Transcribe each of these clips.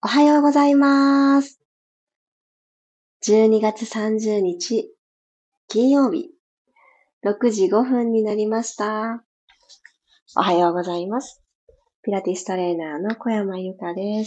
おはようございます。12月30日、金曜日、6時5分になりました。おはようございます。ピラティストレーナーの小山由かです。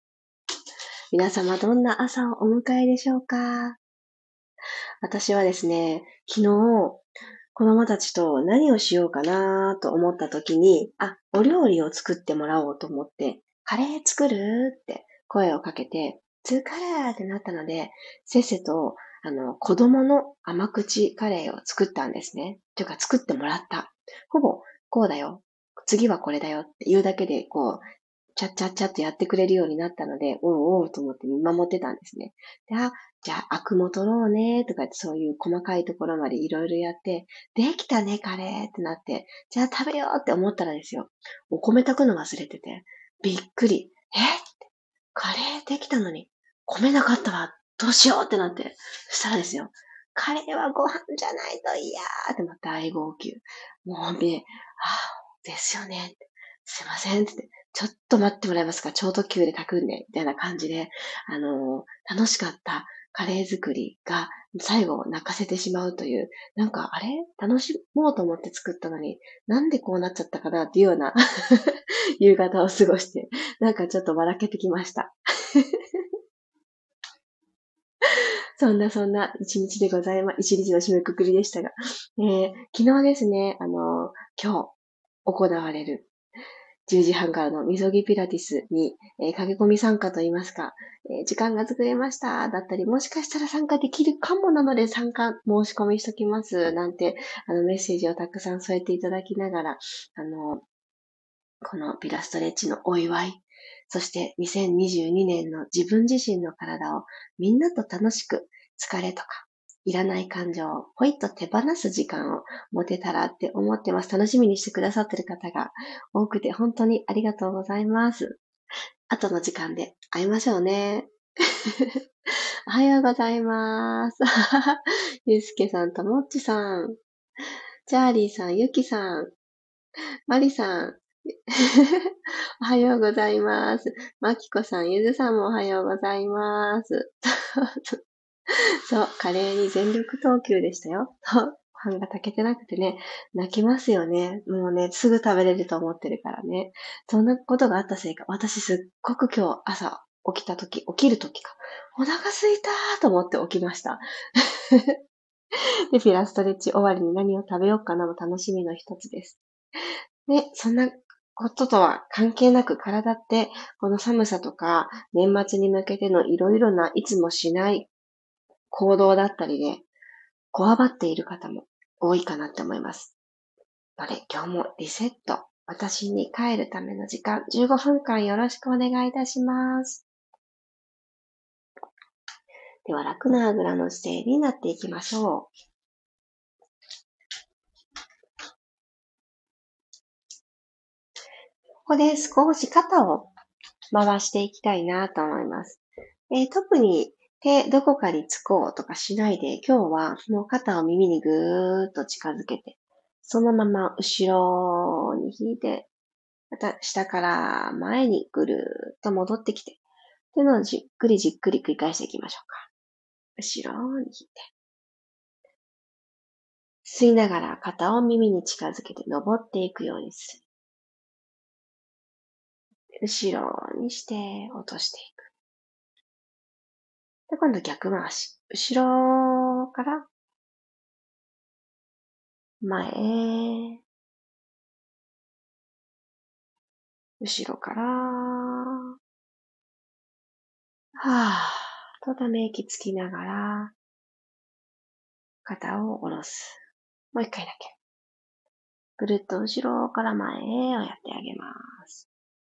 皆様どんな朝をお迎えでしょうか？私はですね、昨日、子供たちと何をしようかなと思った時に、お料理を作ってもらおうと思って、カレー作るって声をかけて、作るってなったので、せっせと、子供の甘口カレーを作ったんですね。というか作ってもらった。ほぼ、こうだよ。次はこれだよって言うだけで、チャッチャッチャッとやってくれるようになったので、おうおうと思って見守ってたんですね。で、じゃあ、アクも取ろうね、とかってそういう細かいところまでいろいろやって、できたね、カレーってなって、じゃあ食べようって思ったらですよ。お米炊くの忘れてて、びっくり。カレーできたのに、米なかったわ。どうしようってなって。そしたらですよ。カレーはご飯じゃないと嫌ーってまた大号泣。もうね、ですよね。すいませんって。ちょっと待ってもらえますか？超特急で炊くんで、みたいな感じで、楽しかったカレー作りが最後泣かせてしまうという、なんか、楽しもうと思って作ったのに、なんでこうなっちゃったかなっていうような夕方を過ごして、なんかちょっと笑けてきました。そんな一日でございます。一日の締めくくりでしたが。昨日ですね、今日行われる10時半からのみそぎピラティスに、駆け込み参加といいますか、時間が作れましただったり、もしかしたら参加できるかもなので参加申し込みしときますなんて、メッセージをたくさん添えていただきながら、このピラストレッチのお祝い、そして2022年の自分自身の体をみんなと楽しく疲れとかいらない感情をほいっと手放す時間を持てたらって思ってます。楽しみにしてくださってる方が多くて本当にありがとうございます。後の時間で会いましょうね。おはようございます。ゆうすけさんともっちさん、チャーリーさん、ゆきさん、マリさん、おはようございます。まきこさん、ゆずさんもおはようございます。そう、カレーに全力投球でしたよ。ご飯が炊けてなくてね、泣きますよね。もうね、すぐ食べれると思ってるからね。そんなことがあったせいか、私すっごく今日朝起きる時か、お腹空いたーと思って起きました。で、ピラストレッチ終わりに何を食べようかなも楽しみの一つです。で、そんなこととは関係なく体って、この寒さとか年末に向けてのいろいろないつもしない行動だったりで、こわばっている方も多いかなって思います。ので、今日もリセット、私に帰るための時間、15分間よろしくお願いいたします。では、楽なあぐらの姿勢になっていきましょう。ここで少し肩を回していきたいなと思います。特に手どこかにつこうとかしないで、今日はもう肩を耳にぐーっと近づけて、そのまま後ろに引いて、また下から前にぐるーっと戻ってきて、というのをじっくりじっくり繰り返していきましょうか。後ろに引いて、吸いながら肩を耳に近づけて登っていくようにする。後ろにして落としていく。で、今度逆回し。後ろから前へ、後ろから、とため息つきながら、肩を下ろす。もう一回だけ。ぐるっと後ろから前へをやってあげます。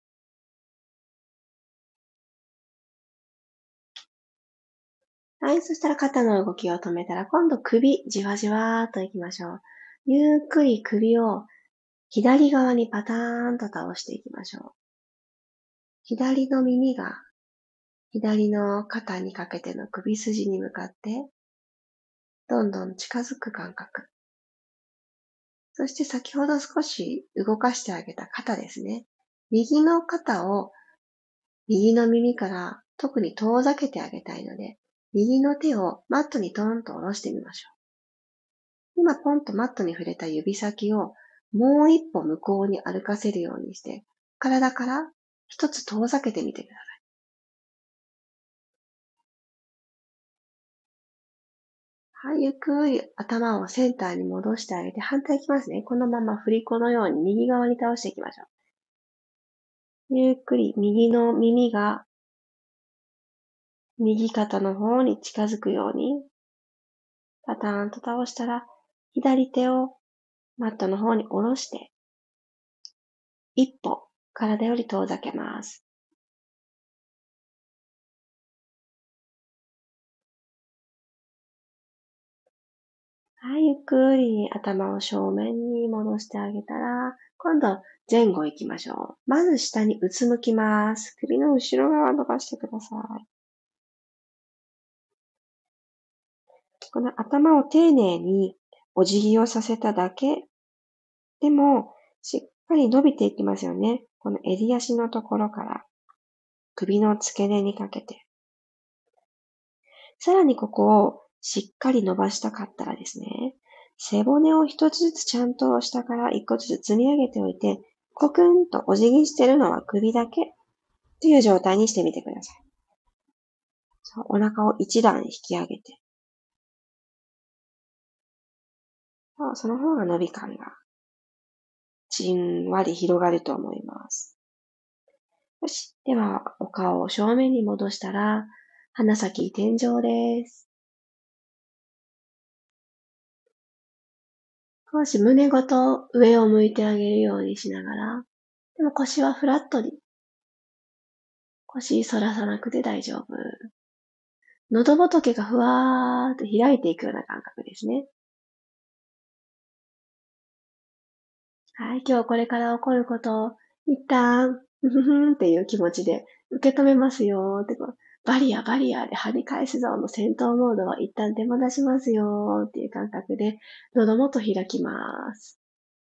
はい、そしたら肩の動きを止めたら、今度首、じわじわーっといきましょう。ゆっくり首を左側にパターンと倒していきましょう。左の耳が左の肩にかけての首筋に向かって、どんどん近づく感覚。そして先ほど少し動かしてあげた肩ですね。右の肩を右の耳から特に遠ざけてあげたいので、右の手をマットにトーンと下ろしてみましょう。今ポンとマットに触れた指先をもう一歩向こうに歩かせるようにして、体から一つ遠ざけてみてください。はい、ゆっくり頭をセンターに戻してあげて、反対いきますね。このまま振り子のように右側に倒していきましょう。ゆっくり右の耳が右肩の方に近づくように、パターンと倒したら、左手をマットの方に下ろして、一歩体より遠ざけます。はい、ゆっくり頭を正面に戻してあげたら、今度前後行きましょう。まず下にうつむきます。首の後ろ側伸ばしてください。この頭を丁寧にお辞儀をさせただけでも、しっかり伸びていきますよね。この襟足のところから首の付け根にかけて。さらにここをしっかり伸ばしたかったらですね、背骨を一つずつちゃんと下から一個ずつ積み上げておいて、コクンとお辞儀してるのは首だけという状態にしてみてください。そう、お腹を一段引き上げて。その方が伸び感がじんわり広がると思います。よし。では、お顔を正面に戻したら、鼻先天井です。少し胸ごと上を向いてあげるようにしながら、でも腰はフラットに。腰反らさなくて大丈夫。喉仏がふわーっと開いていくような感覚ですね。はい、今日これから起こることを一旦、ふふふんっていう気持ちで受け止めますよってバリアで跳ね返すぞの戦闘モードは一旦手放しますよっていう感覚で喉元開きます。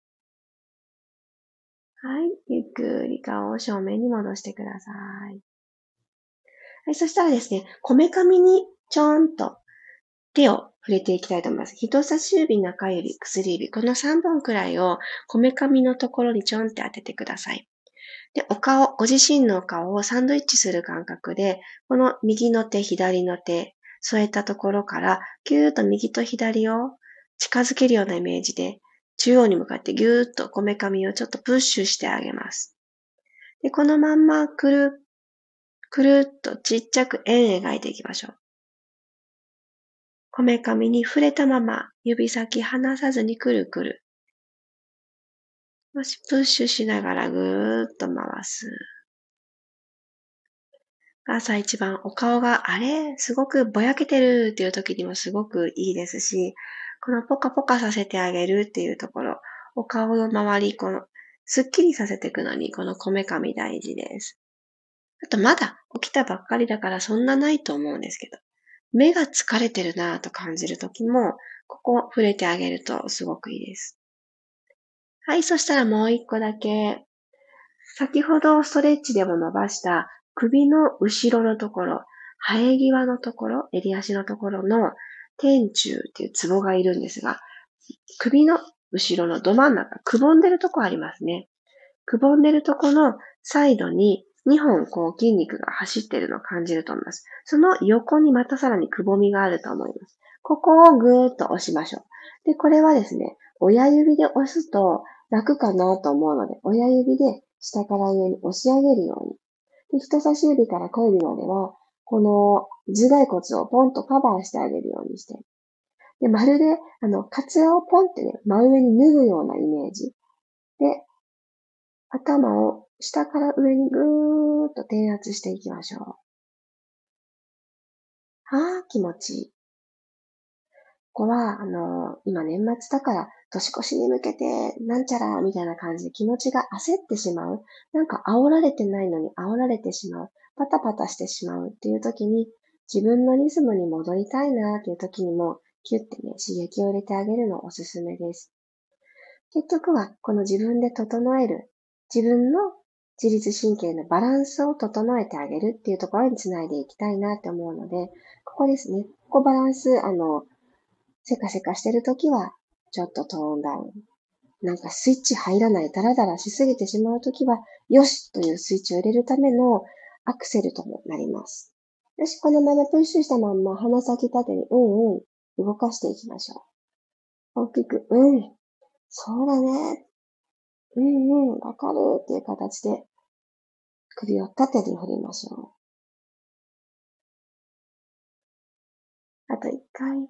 はい、ゆっくり顔を正面に戻してください。はい、そしたらですね、こめかみにちょんと手を触れていきたいと思います。人差し指、中指、薬指、この3本くらいをこめかみのところにちょんって当ててください。で、お顔、ご自身のお顔をサンドイッチする感覚で、この右の手、左の手、添えたところから、ぎゅーっと右と左を近づけるようなイメージで、中央に向かってぎゅーっとこめかみをちょっとプッシュしてあげます。で、このまんまくるっとちっちゃく円描いていきましょう。こめかみに触れたまま、指先離さずにくるくる。もしプッシュしながらぐーっと回す。朝一番お顔があれすごくぼやけてるっていう時にもすごくいいですし、このポカポカさせてあげるっていうところ、お顔の周り、すっきりさせていくのに、このこめかみ大事です。あとまだ起きたばっかりだからそんなないと思うんですけど、目が疲れてるなぁと感じる時も、ここ触れてあげるとすごくいいです。はい、そしたらもう一個だけ、先ほどストレッチでも伸ばした首の後ろのところ、生え際のところ、襟足のところの天柱っていうツボがいるんですが、首の後ろのど真ん中、くぼんでるとこありますね。くぼんでるとこのサイドに2本筋肉が走ってるのを感じると思います。その横にまたさらにくぼみがあると思います。ここをぐーっと押しましょう。で、これはですね、親指で押すと楽かなと思うので、親指で下から上に押し上げるように。で、人差し指から小指までは、この頭蓋骨をポンとカバーしてあげるようにして。で、まるで、カツラをポンってね、真上に脱ぐようなイメージ。で、頭を下から上にぐーっと転圧していきましょう。気持ちいい。ここは、今年末だから年越しに向けてなんちゃらみたいな感じで気持ちが焦ってしまう。なんか煽られてないのに煽られてしまう。パタパタしてしまうっていう時に自分のリズムに戻りたいなっていう時にもキュッてね、刺激を入れてあげるのおすすめです。結局はこの自分で整える。自分の自律神経のバランスを整えてあげるっていうところにつないでいきたいなって思うので、ここですね。ここバランス、せかせかしてるときは、ちょっとトーンダウン。なんかスイッチ入らない、ダラダラしすぎてしまうときは、よしというスイッチを入れるためのアクセルともなります。よし、このままプッシュしたまんま鼻先立てに、動かしていきましょう。大きく、そうだね。わかるっていう形で首を縦に振りましょう。あと一回。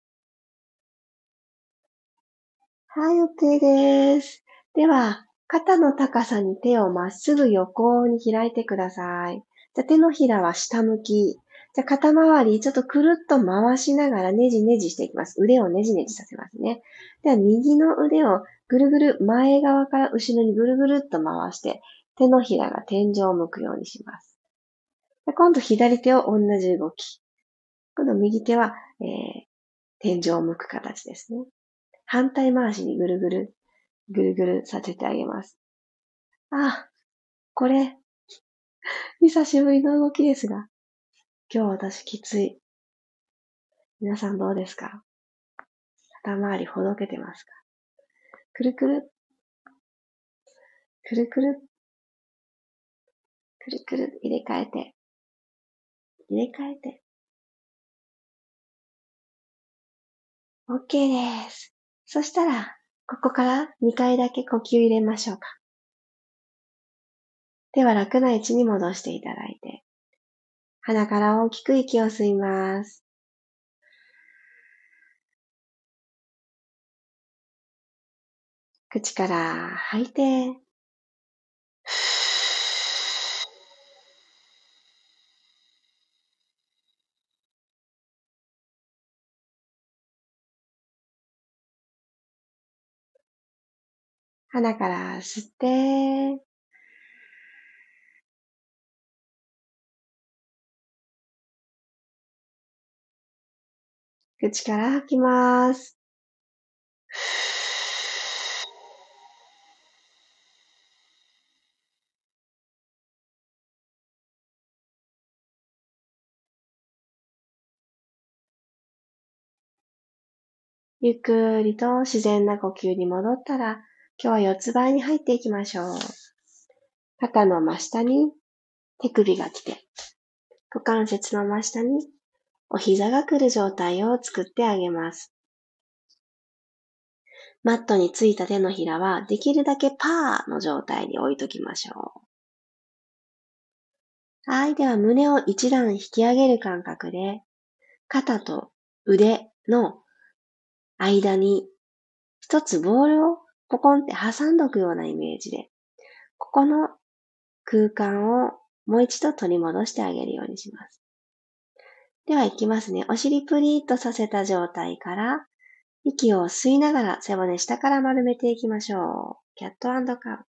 はい、OK です。では、肩の高さに手をまっすぐ横に開いてください。じゃ手のひらは下向き。じゃ肩周りちょっとくるっと回しながらねじねじしていきます。腕をねじねじさせますね。では、右の腕をぐるぐる前側から後ろにぐるぐるっと回して、手のひらが天井を向くようにします。で今度左手を同じ動き。今度右手は、天井を向く形ですね。反対回しにぐるぐる、ぐるぐるさせてあげます。これ、久しぶりの動きですが、今日私きつい。皆さんどうですか？肩周りほどけてますか？くるくる、くるくる、くるくる、入れ替えて、入れ替えて。OK です。そしたら、ここから2回だけ呼吸入れましょうか。では楽な位置に戻していただいて、鼻から大きく息を吸います。口から吐いて、鼻から吸って、口から吐きます。ゆっくりと自然な呼吸に戻ったら、今日は四つ倍に入っていきましょう。肩の真下に手首が来て、股関節の真下にお膝が来る状態を作ってあげます。マットについた手のひらはできるだけパーの状態に置いときましょう。はい。では胸を一段引き上げる感覚で、肩と腕の間に一つボールをポコンって挟んどくようなイメージで、ここの空間をもう一度取り戻してあげるようにします。では行きますね。お尻プリッとさせた状態から、息を吸いながら背骨下から丸めていきましょう。キャット&カウ。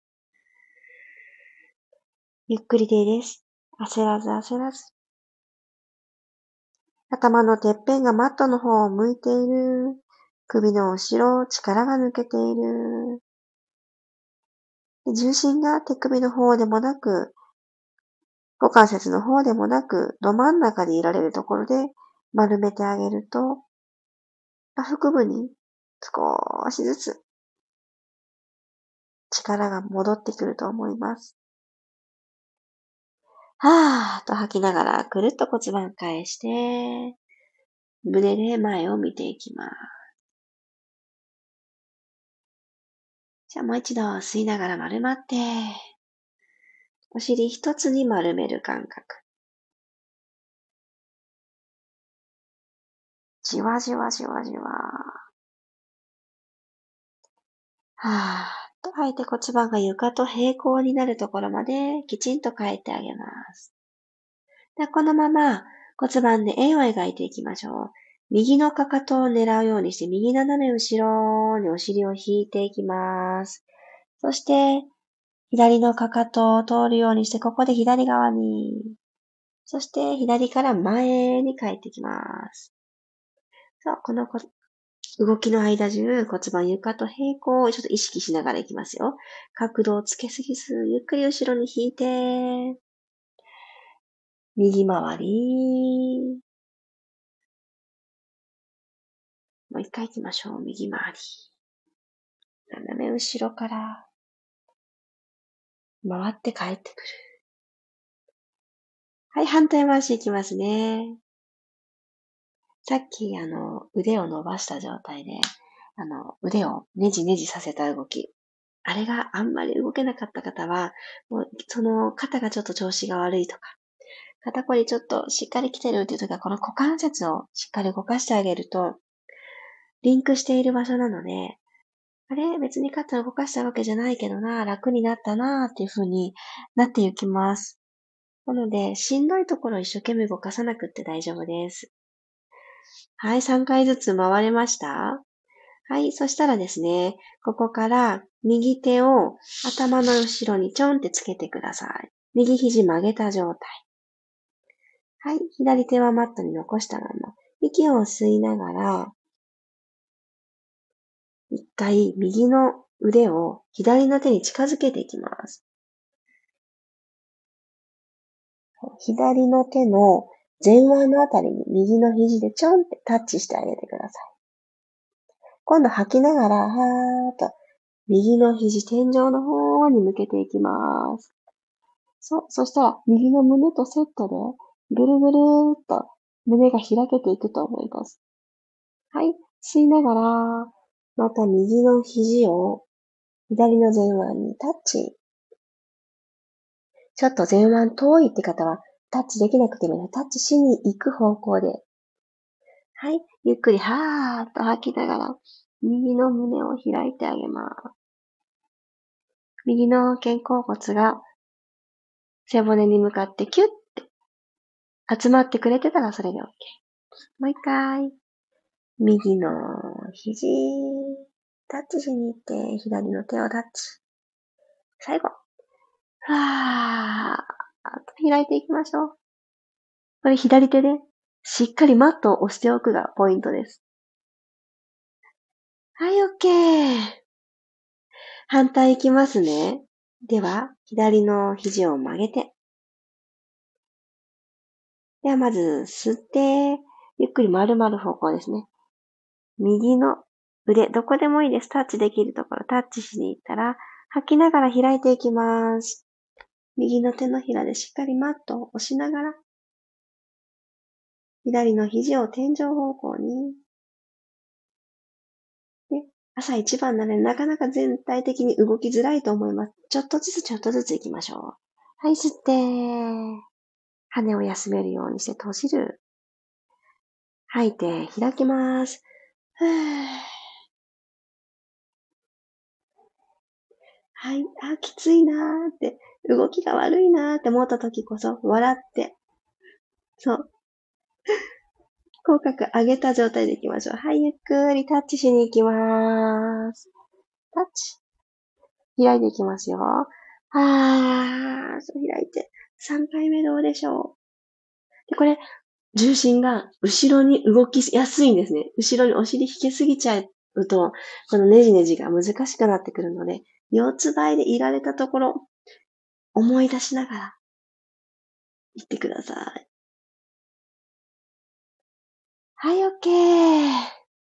ゆっくりでいいです。焦らず焦らず。頭のてっぺんがマットの方を向いている。首の後ろ、力が抜けている。重心が手首の方でもなく、股関節の方でもなく、ど真ん中でいられるところで丸めてあげると、腹部に少しずつ力が戻ってくると思います。はーっと吐きながらくるっと骨盤返して、胸で前を見ていきます。じゃあもう一度吸いながら丸まって、お尻一つに丸める感覚。じわじわじわじわ。はーっと吐いて骨盤が床と平行になるところまできちんと変えてあげます。でこのまま骨盤で円を描いていきましょう。右のかかとを狙うようにして右斜め後ろにお尻を引いていきます。そして、左のかかとを通るようにして、ここで左側に。そして、左から前に帰ってきます。そう、この動きの間中、骨盤床と平行をちょっと意識しながらいきますよ。角度をつけすぎず、ゆっくり後ろに引いて、右回り。もう一回行きましょう。右回り。斜め後ろから回って帰ってくる。はい、反対回しいきますね。さっき腕を伸ばした状態で、腕をねじねじさせた動き。あれがあんまり動けなかった方は、もうその肩がちょっと調子が悪いとか、肩こりちょっとしっかり来てるっていう時は、この股関節をしっかり動かしてあげると、リンクしている場所なので、あれ別に肩を動かしたわけじゃないけどな、楽になったなっていう風になっていきます。なので、しんどいところを一生懸命動かさなくって大丈夫です。はい、3回ずつ回れました？はい、そしたらですね、ここから右手を頭の後ろにちょんってつけてください。右肘曲げた状態。はい、左手はマットに残したまま、息を吸いながら、一回右の腕を左の手に近づけていきます。左の手の前腕のあたりに右の肘でちょんってタッチしてあげてください。今度吐きながら、はーっと右の肘天井の方に向けていきます。そしたら右の胸とセットでぐるぐるーっと胸が開けていくと思います。はい。吸いながら、また右の肘を左の前腕にタッチ。ちょっと前腕遠いって方はタッチできなくてもタッチしに行く方向で。はい。ゆっくりはーっと吐きながら右の胸を開いてあげます。右の肩甲骨が背骨に向かってキュッて集まってくれてたらそれで OK。もう一回。右の肘、タッチしに行って、左の手をタッチ。最後。ふわーっと開いていきましょう。これ左手でしっかりマットを押しておくがポイントです。はい、OK。反対いきますね。では、左の肘を曲げて。では、まず、吸って、ゆっくり丸々方向ですね。右の腕、どこでもいいです。タッチできるところ、タッチしに行ったら、吐きながら開いていきます。右の手のひらでしっかりマットを押しながら、左の肘を天井方向に。で、朝一番なので、なかなか全体的に動きづらいと思います。ちょっとずつちょっとずつ行きましょう。はい、吸って、羽を休めるようにして閉じる。吐いて、開きます。はい、きついなーって、動きが悪いなーって思った時こそ、笑って、そう、口角上げた状態でいきましょう。はい、ゆっくりタッチしに行きます。タッチ。開いていきますよ。そう開いて。3回目どうでしょう。で、これ、重心が後ろに動きやすいんですね。後ろにお尻引きすぎちゃうと、このネジネジが難しくなってくるので、四つ倍でいられたところ、思い出しながら、行ってください。はい、OK。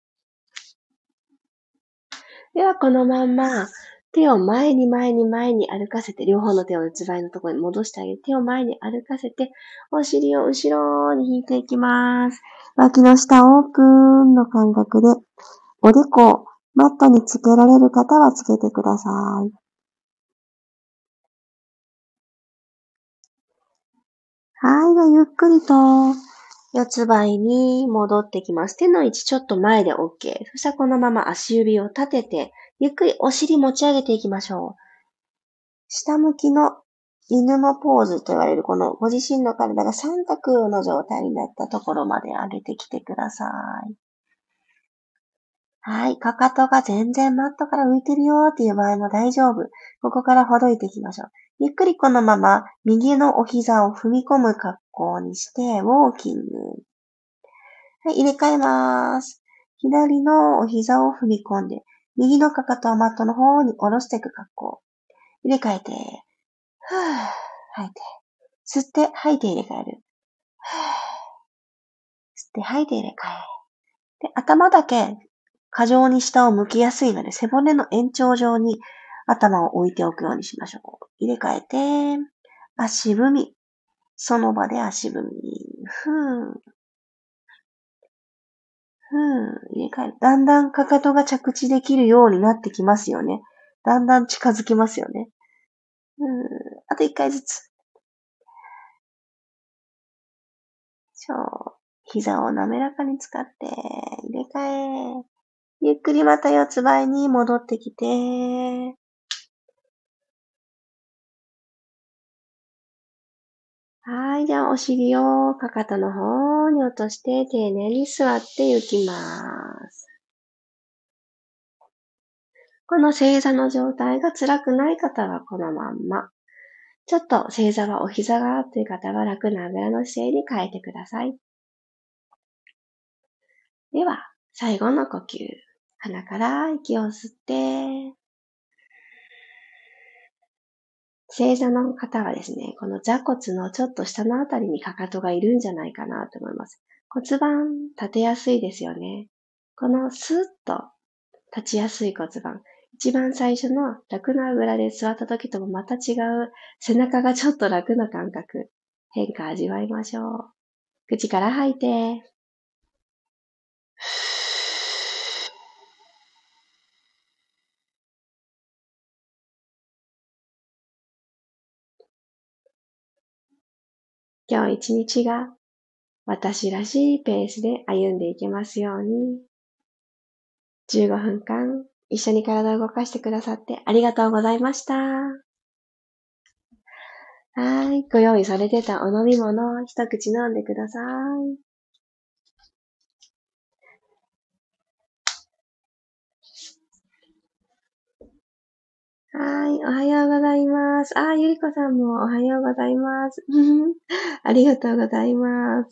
では、このまんま、手を前に前に前に歩かせて、両方の手を四つ倍のところに戻してあげて、手を前に歩かせて、お尻を後ろに引いていきます。脇の下オープンの感覚で、おでこをマットにつけられる方はつけてください。はい、ではゆっくりと四つ倍に戻ってきます。手の位置ちょっと前で OK。そしたらこのまま足指を立てて、ゆっくりお尻持ち上げていきましょう。下向きの犬のポーズと言われるこのご自身の体が三角の状態になったところまで上げてきてください。はい。かかとが全然マットから浮いてるよっていう場合も大丈夫。ここからほどいていきましょう。ゆっくりこのまま右のお膝を踏み込む格好にしてウォーキング。はい。入れ替えます。 左のお膝を踏み込んで、右のかかとをマットの方に下ろしていく格好。入れ替えて、ふぅ、吐いて。吸って、吐いて入れ替える。ふぅ、吸って、吐いて入れ替え。で、頭だけ過剰に下を向きやすいので、背骨の延長上に頭を置いておくようにしましょう。入れ替えて、足踏み。その場で足踏み。ふぅ、入れ替える。だんだんかかとが着地できるようになってきますよね。だんだん近づきますよね。あと一回ずつ。膝を滑らかに使って、入れ替え。ゆっくりまた四つ倍に戻ってきて。はい。じゃあ、お尻をかかとの方に落として、丁寧に座っていきます。この正座の状態が辛くない方はこのまんま。ちょっと正座はお膝がという方は楽なあぐらの姿勢に変えてください。では、最後の呼吸。鼻から息を吸って、正座の方はですね、この座骨のちょっと下のあたりにかかとがいるんじゃないかなと思います。骨盤立てやすいですよね。このスーッと立ちやすい骨盤。一番最初の楽なあぐらで座った時ともまた違う背中がちょっと楽な感覚。変化味わいましょう。口から吐いて。今日一日が私らしいペースで歩んでいけますように。15分間一緒に体を動かしてくださってありがとうございました。はい。ご用意されてたお飲み物、一口飲んでください。はい。おはようございます。ゆりこさんもおはようございます。ありがとうございます。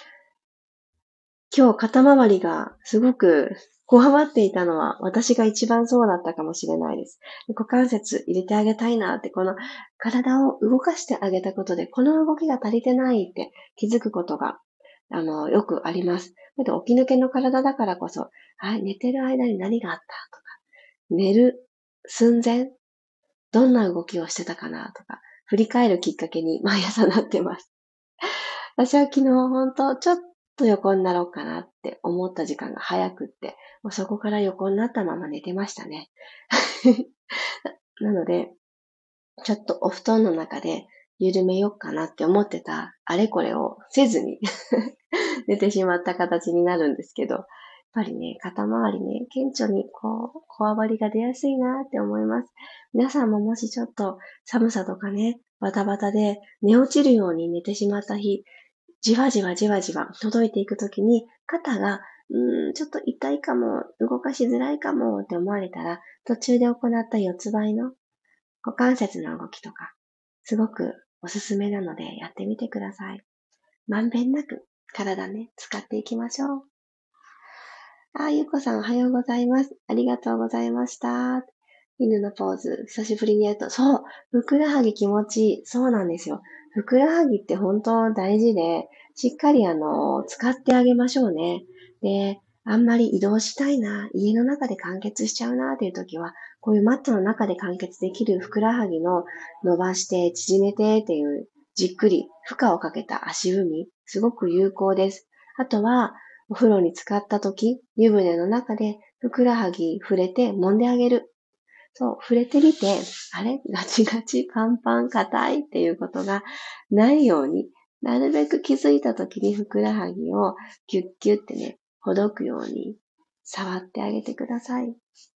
今日肩周りがすごくこわばっていたのは私が一番そうだったかもしれないです。股関節入れてあげたいなって、この体を動かしてあげたことで、この動きが足りてないって気づくことが、よくあります。起き抜けの体だからこそ、寝てる間に何があったとか、寝る寸前、どんな動きをしてたかなとか、振り返るきっかけに毎朝なってます。私は昨日本当ちょっと横になろうかなって思った時間が早くって、もうそこから横になったまま寝てましたね。なので、ちょっとお布団の中で緩めようかなって思ってたあれこれをせずに寝てしまった形になるんですけど、やっぱりね、肩周りね、顕著にこわばりが出やすいなって思います。皆さんももしちょっと寒さとかね、バタバタで寝落ちるように寝てしまった日、じわじわじわじわ届いていくときに、肩が、ちょっと痛いかも、動かしづらいかもって思われたら、途中で行った四つ倍の股関節の動きとか、すごくおすすめなのでやってみてください。まんべんなく体ね、使っていきましょう。ゆうこさんおはようございます。ありがとうございました。犬のポーズ、久しぶりにやると、そう、ふくらはぎ気持ちいい。そうなんですよ。ふくらはぎって本当大事で、しっかり使ってあげましょうね。で、あんまり移動したいな、家の中で完結しちゃうなっていう時は、こういうマットの中で完結できるふくらはぎの伸ばして縮めてっていう、じっくり負荷をかけた足踏み、すごく有効です。あとは、お風呂に浸かった時、湯船の中でふくらはぎ触れて揉んであげる。そう、触れてみて、あれガチガチ、パンパン、硬いっていうことがないように、なるべく気づいた時にふくらはぎをキュッキュッってね、ほどくように触ってあげてください。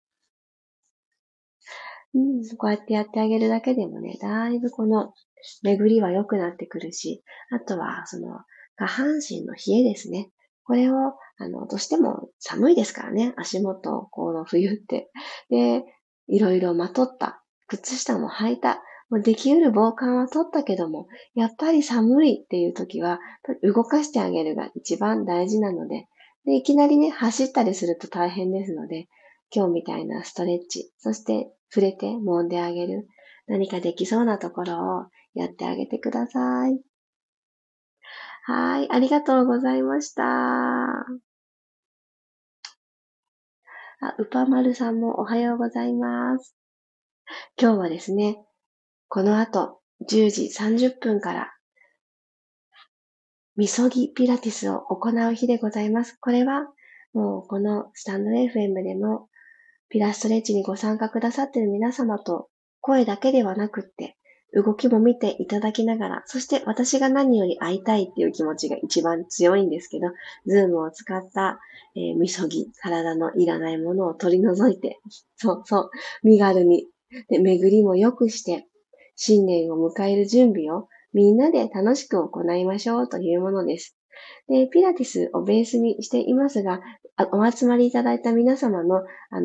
こうやってやってあげるだけでもね、だいぶこの巡りは良くなってくるし、あとはその下半身の冷えですね。これを、どうしても寒いですからね、足元、この冬って。で、いろいろまとった、靴下も履いた、もうできうる防寒は取ったけども、やっぱり寒いっていう時は、動かしてあげるが一番大事なので、 で、いきなりね、走ったりすると大変ですので、今日みたいなストレッチ、そして触れて揉んであげる、何かできそうなところをやってあげてください。はい、ありがとうございました。うぱまるさんもおはようございます。今日はですね、この後10時30分からみそぎピラティスを行う日でございます。これはもうこのスタンド FM でもピラストレッチにご参加くださっている皆様と声だけではなくって動きも見ていただきながら、そして私が何より会いたいっていう気持ちが一番強いんですけど、ズームを使った、みそぎ、体のいらないものを取り除いて、身軽に、で巡りも良くして、新年を迎える準備をみんなで楽しく行いましょうというものです。で、ピラティスをベースにしていますが、お集まりいただいた皆様の、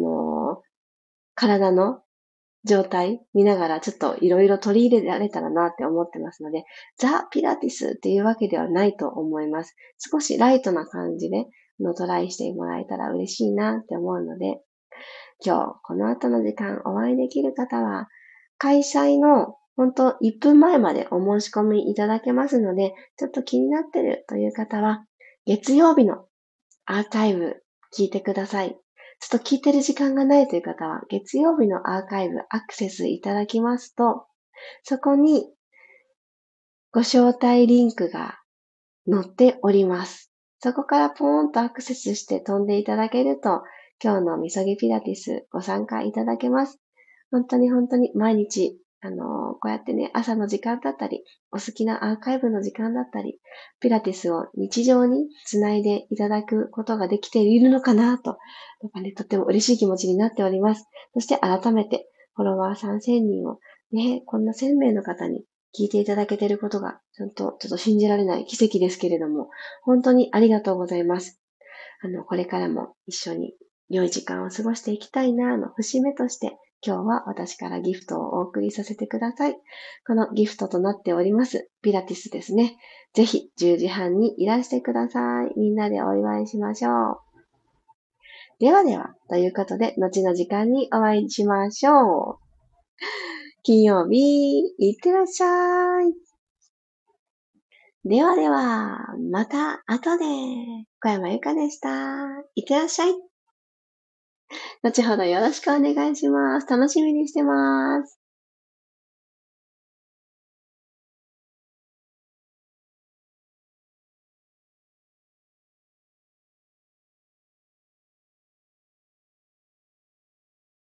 体の状態見ながらちょっといろいろ取り入れられたらなって思ってますので、ザ・ピラティスっていうわけではないと思います。少しライトな感じでトライしてもらえたら嬉しいなって思うので、今日この後の時間お会いできる方は、開催の本当1分前までお申し込みいただけますので、ちょっと気になってるという方は、月曜日のアーカイブ聞いてください。ちょっと聞いてる時間がないという方は、月曜日のアーカイブアクセスいただきますと、そこにご招待リンクが載っております。そこからポーンとアクセスして飛んでいただけると、今日のみそぎピラティスご参加いただけます。本当に毎日、こうやってね、朝の時間だったり、お好きなアーカイブの時間だったり、ピラティスを日常につないでいただくことができているのかなと、とっても嬉しい気持ちになっております。そして改めて、フォロワー3000人を、ね、こんな1000名の方に聞いていただけていることが、ちょっと信じられない奇跡ですけれども、本当にありがとうございます。これからも一緒に良い時間を過ごしていきたいなの節目として、今日は私からギフトをお送りさせてください。このギフトとなっております、ピラティスですね。ぜひ10時半にいらしてください。みんなでお祝いしましょう。ではでは、ということで、後の時間にお会いしましょう。金曜日、いってらっしゃい。ではでは、また後で。小山由かでした。いってらっしゃい。後ほどよろしくお願いします。楽しみにしてます。